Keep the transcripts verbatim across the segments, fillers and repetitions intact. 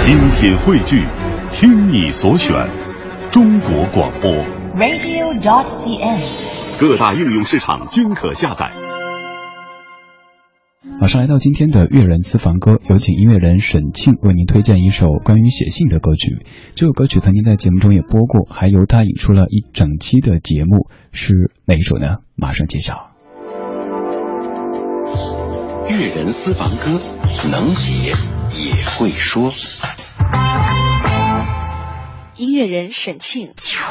精品汇聚，听你所选，中国广播 radio dot c n， 各大应用市场均可下载。 马上来到今天的乐人私房歌，有请音乐人沈庆为您推荐一首关于写信的歌曲。这首歌曲曾经在节目中也播过，还由他引出了一整期的节目，是哪一首呢？马上揭晓。 乐人私房歌，能写也会说。 音乐人沈庆。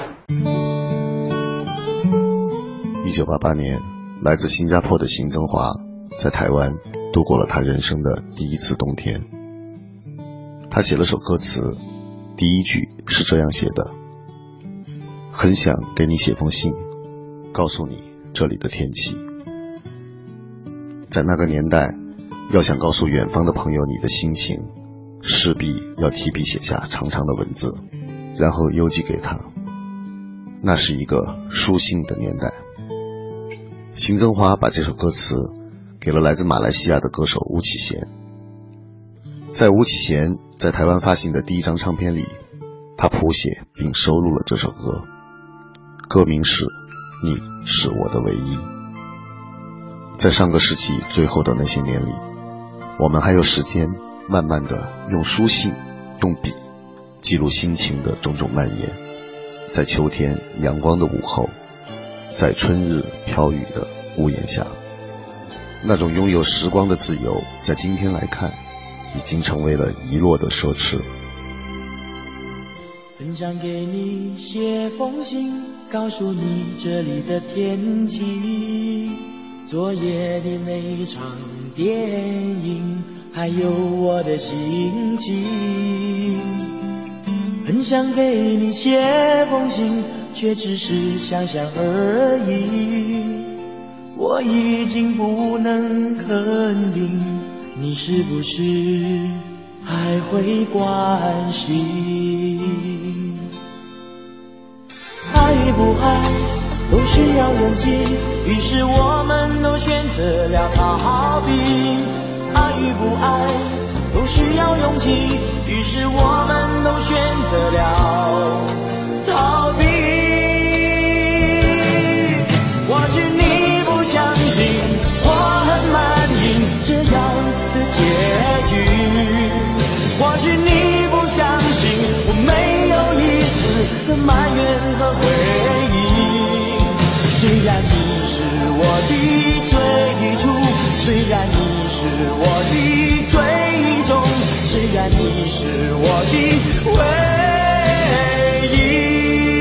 一九八八年，来自新加坡的邢增华在台湾度过了他人生的第一次冬天。他写了首歌词，第一句是这样写的：很想给你写封信，告诉你这里的天气。在那个年代，要想告诉远方的朋友你的心情，势必要提笔写下长长的文字，然后邮寄给他。那是一个书信的年代。邢增华把这首歌词给了来自马来西亚的歌手巫启贤。在巫启贤在台湾发行的第一张唱片里，他谱写并收录了这首歌，歌名是《你是我的唯一》。在上个世纪最后的那些年里，我们还有时间慢慢的用书信用笔记录心情的种种蔓延。在秋天阳光的午后，在春日飘雨的屋檐下，那种拥有时光的自由，在今天来看已经成为了遗落的奢侈。 很想给你写封信，告诉你这里的天气，昨夜的那场电影，还有我的心情。很想给你写封信，却只是想想而已。我已经不能肯定，你是不是还会关心？爱不爱都需要勇气，于是我们都选择了逃避。爱与不爱都需要勇气，于是我们都选择了逃避。或许你不相信我很满意这样的结局，或许你不相信我没有一丝的埋怨和回忆。虽然你是我的最初，虽然你是我的最终，虽然你是我的唯一。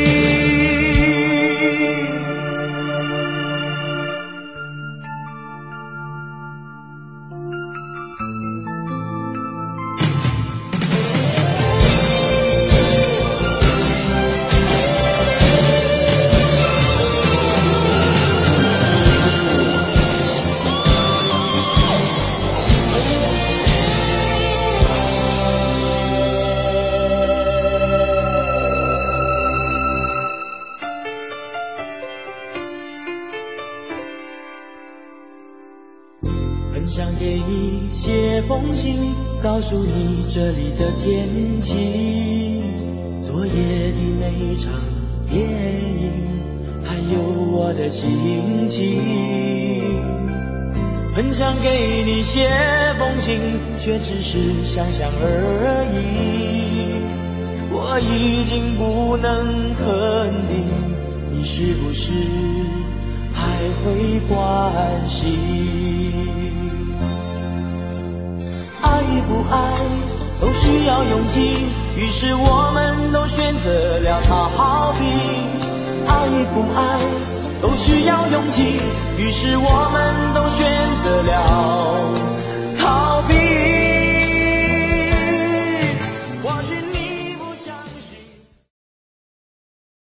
封信告诉你这里的天气，昨夜的那场电影，还有我的心情。很想给你写封信，却只是想想而已。我已经不能肯定，你是不是还会关心？爱与不爱都需要勇气，于是我们都选择了逃避。爱与不爱都需要勇气，于是我们都选